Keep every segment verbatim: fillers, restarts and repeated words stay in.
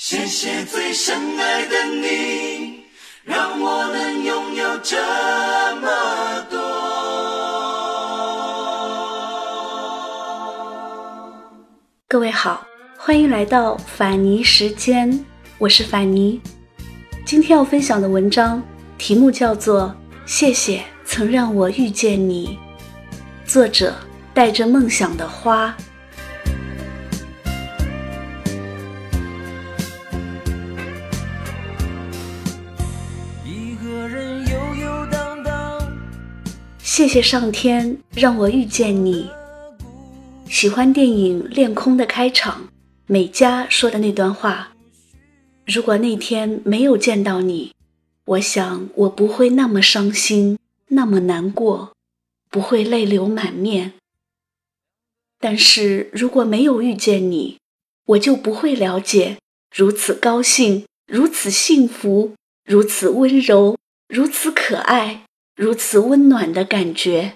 谢谢最深爱的你，让我能拥有这么多。 各位好，欢迎来到法尼时间，我是法尼。今天要分享的文章题目叫做谢谢曾让我遇见你，作者带着梦想的花。谢谢上天让我遇见你。喜欢电影《恋空》的开场，美嘉说的那段话，如果那天没有见到你，我想我不会那么伤心，那么难过，不会泪流满面。但是如果没有遇见你，我就不会了解如此高兴，如此幸福，如此温柔，如此可爱，如此温暖的感觉。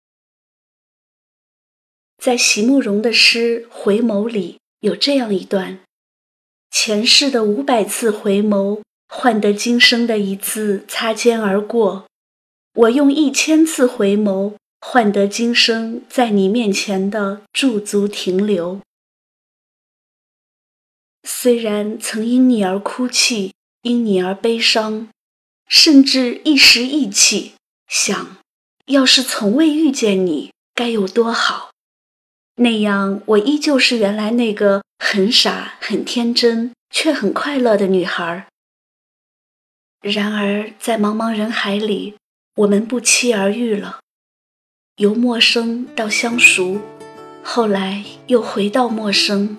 在席慕容的诗《回眸》里有这样一段：前世的五百次回眸，换得今生的一次擦肩而过。我用一千次回眸，换得今生在你面前的驻足停留。虽然曾因你而哭泣，因你而悲伤，甚至一时忆起，想要是从未遇见你该有多好，那样我依旧是原来那个很傻很天真却很快乐的女孩。然而在茫茫人海里，我们不期而遇了，由陌生到相熟，后来又回到陌生。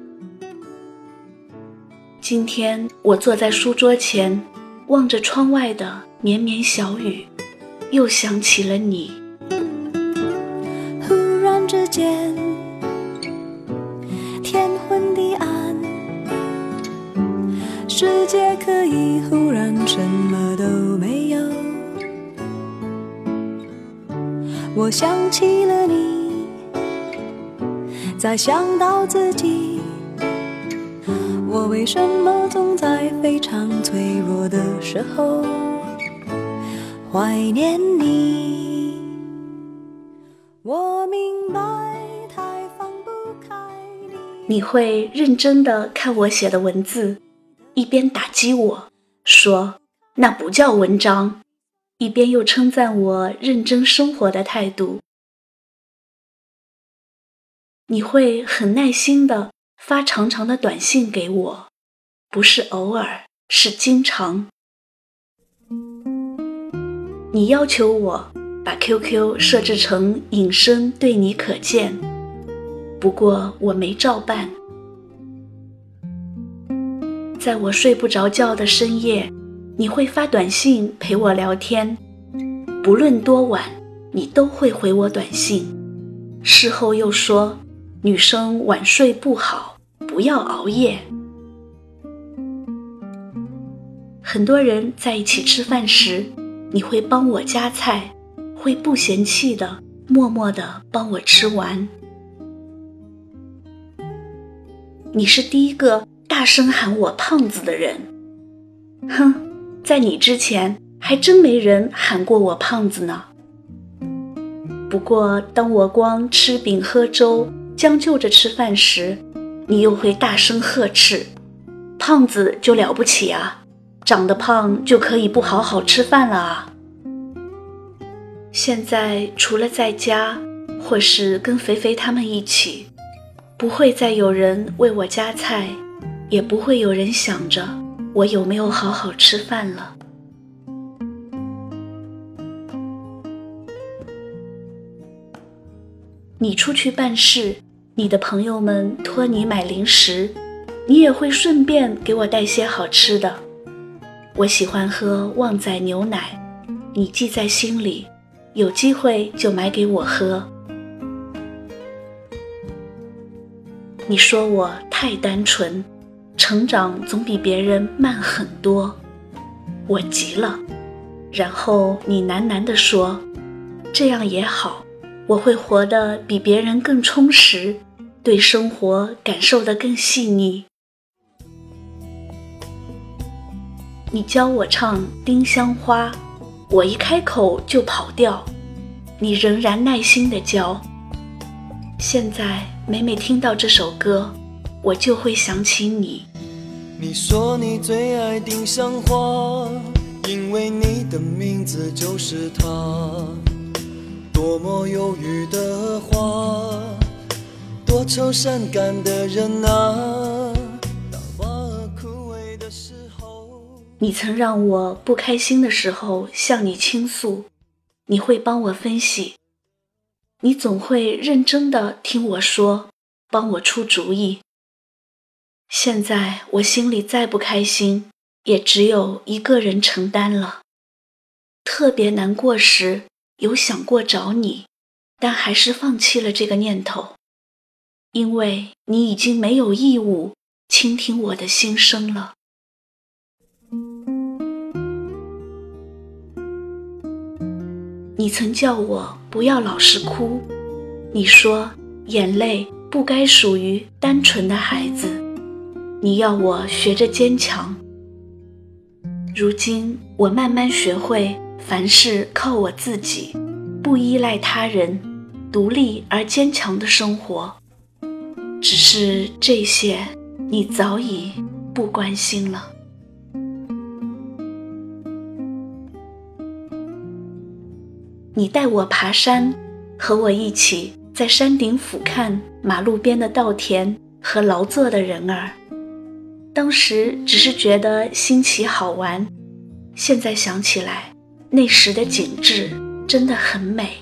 今天我坐在书桌前，望着窗外的绵绵小雨，又想起了你。 忽然之间天昏地暗，世界可以忽然什么都没有。我想起了你，再想到自己，我为什么总在非常脆弱的时候怀念你？我明白太放不开你。 你会认真地看我写的文字，一边打击我说那不叫文章，一边又称赞我认真生活的态度。你会很耐心地发长长的短信给我，不是偶尔，是经常。你要求我把 Q Q 设置成隐身对你可见，不过我没照办。在我睡不着觉的深夜，你会发短信陪我聊天，不论多晚，你都会回我短信。事后又说，女生晚睡不好，不要熬夜。很多人在一起吃饭时，你会帮我夹菜，会不嫌弃的默默地帮我吃完。你是第一个大声喊我胖子的人，哼，在你之前还真没人喊过我胖子呢。不过当我光吃饼喝粥将就着吃饭时，你又会大声呵斥，胖子就了不起啊，长得胖就可以不好好吃饭了啊。现在除了在家或是跟肥肥他们一起，不会再有人为我夹菜，也不会有人想着我有没有好好吃饭了。你出去办事，你的朋友们托你买零食，你也会顺便给我带些好吃的。我喜欢喝旺仔牛奶，你记在心里，有机会就买给我喝。你说我太单纯，成长总比别人慢很多。我急了，然后你喃喃地说，这样也好，我会活得比别人更充实，对生活感受得更细腻。 你教我唱《丁香花》，我一开口就跑调，你仍然耐心地教。现在每每听到这首歌，我就会想起你。 你说你最爱丁香花，因为你的名字就是它。多么忧郁的花，多愁善感的人啊，当花儿枯萎的时候。 你曾让我不开心的时候向你倾诉，你会帮我分析，你总会认真地听我说，帮我出主意。现在我心里再不开心，也只有一个人承担了。特别难过时，有想过找你，但还是放弃了这个念头，因为你已经没有义务倾听我的心声了。你曾叫我不要老是哭，你说眼泪不该属于单纯的孩子，你要我学着坚强。如今我慢慢学会凡事靠我自己，不依赖他人，独立而坚强的生活。只是这些你早已不关心了。你带我爬山，和我一起在山顶俯瞰马路边的稻田和劳作的人儿。当时只是觉得新奇好玩，现在想起来，那时的景致真的很美。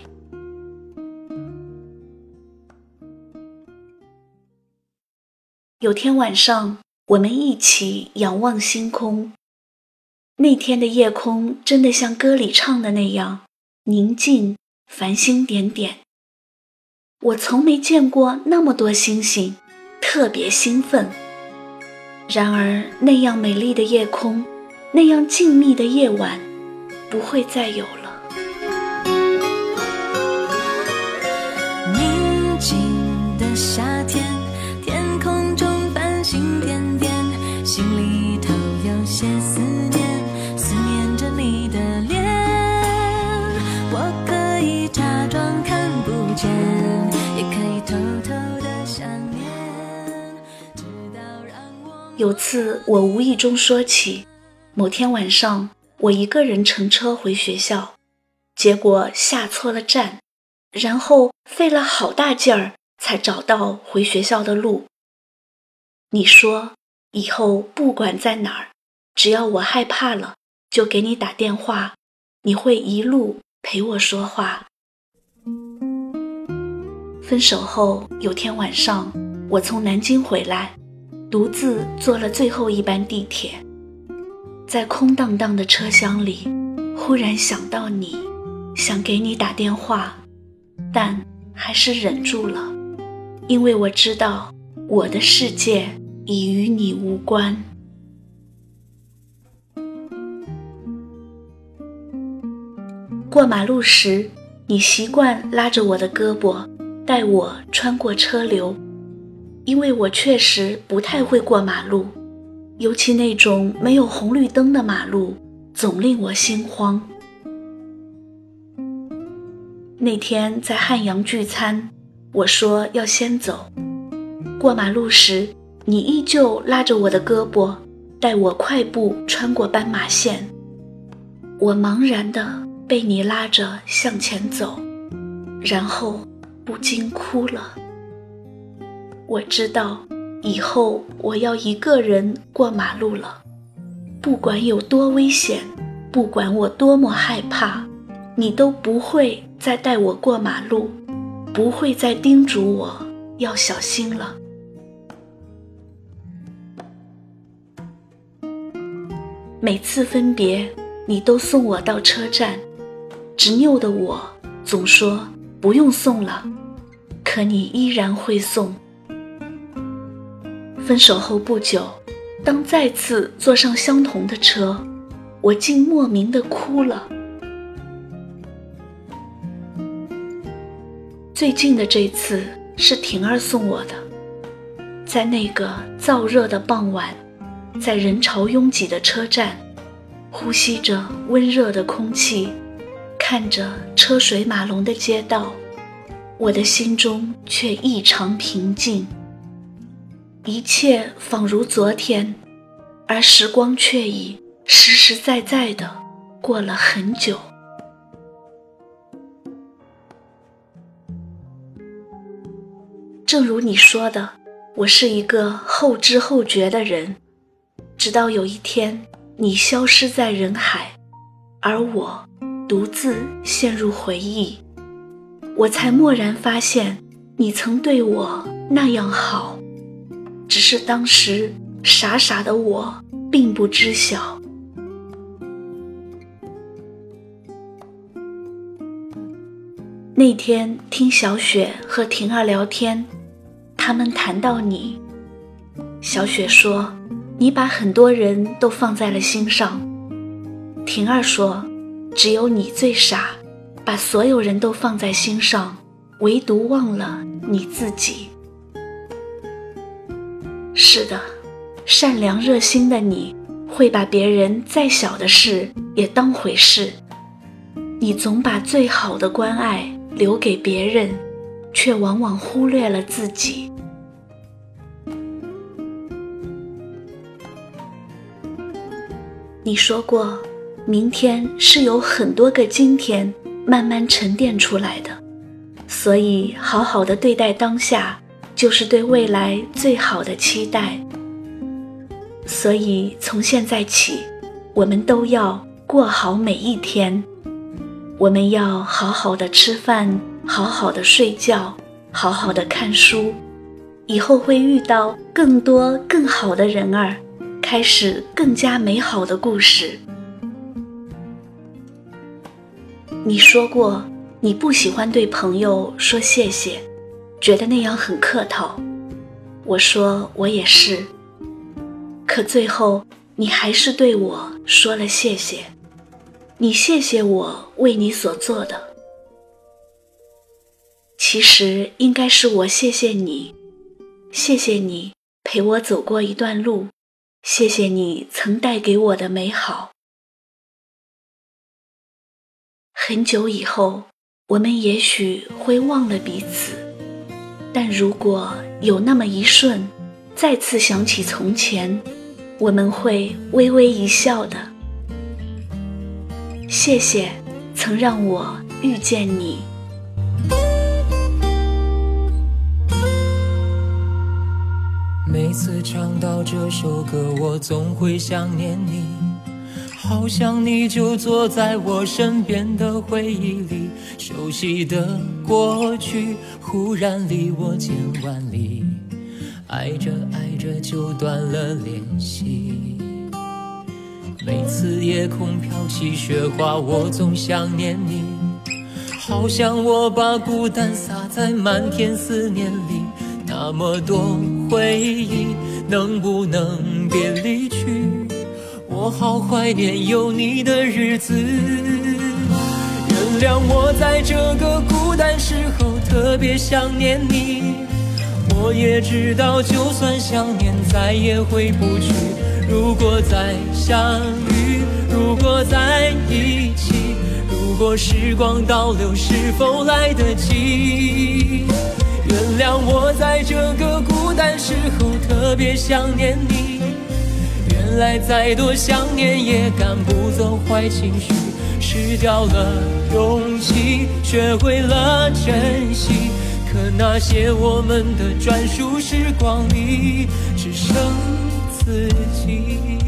有天晚上，我们一起仰望星空。那天的夜空真的像歌里唱的那样宁静，繁星点点。我从没见过那么多星星，特别兴奋。然而那样美丽的夜空，那样静谧的夜晚，不会再有了。 宁静的夏天，天空中繁星点点，心里头有些思念，思念着你的脸。我可以假装看不见，也可以偷偷的想念，直到让我。 有次我无意中说起，某天晚上我一个人乘车回学校，结果下错了站，然后费了好大劲儿才找到回学校的路。你说以后不管在哪儿，只要我害怕了，就给你打电话，你会一路陪我说话。分手后有天晚上，我从南京回来，独自坐了最后一班地铁，在空荡荡的车厢里，忽然想到你，想给你打电话，但还是忍住了，因为我知道我的世界已与你无关。过马路时，你习惯拉着我的胳膊，带我穿过车流，因为我确实不太会过马路，尤其那种没有红绿灯的马路，总令我心慌。那天在汉阳聚餐，我说要先走，过马路时，你依旧拉着我的胳膊，带我快步穿过斑马线。我茫然地被你拉着向前走，然后不禁哭了。我知道以后我要一个人过马路了，不管有多危险，不管我多么害怕，你都不会再带我过马路，不会再叮嘱我要小心了。每次分别，你都送我到车站，执拗的我总说不用送了，可你依然会送。分手后不久，当再次坐上相同的车，我竟莫名地哭了。最近的这次是婷儿送我的，在那个燥热的傍晚，在人潮拥挤的车站， 呼吸着温热的空气，看着车水马龙的街道，我的心中却异常平静。一切仿如昨天，而时光却已实实在在的过了很久。正如你说的，我是一个后知后觉的人，直到有一天你消失在人海，而我独自陷入回忆，我才蓦然发现你曾对我那样好，只是当时傻傻的我并不知晓。那天听小雪和婷儿聊天，他们谈到你，小雪说你把很多人都放在了心上，婷儿说只有你最傻，把所有人都放在心上，唯独忘了你自己。是的，善良热心的你会把别人再小的事也当回事，你总把最好的关爱留给别人，却往往忽略了自己。你说过，明天是有很多个今天慢慢沉淀出来的，所以好好的对待当下，就是对未来最好的期待。所以从现在起，我们都要过好每一天。我们要好好的吃饭，好好的睡觉，好好的看书，以后会遇到更多更好的人儿，开始更加美好的故事。你说过你不喜欢对朋友说谢谢，觉得那样很客套。我说我也是，可最后你还是对我说了谢谢。你谢谢我为你所做的，其实应该是我谢谢你，谢谢你陪我走过一段路，谢谢你曾带给我的美好。很久以后，我们也许会忘了彼此，但如果有那么一瞬，再次想起从前，我们会微微一笑的。谢谢曾让我遇见你。 每次唱到这首歌，我总会想念你，好像你就坐在我身边的回忆里，熟悉的过去忽然离我千万里，爱着爱着就断了联系。每次夜空飘起雪花，我总想念你，好像我把孤单洒在漫天思念里，那么多回忆，能不能别离去？我好怀念有你的日子。原谅我在这个孤单时候特别想念你，我也知道就算想念再也回不去，如果再相遇，如果在一起，如果时光倒流，是否来得及？原谅我在这个孤单时候特别想念你，原来再多想念也赶不走坏情绪，失掉了勇气，学会了珍惜，可那些我们的专属时光里，只剩自己。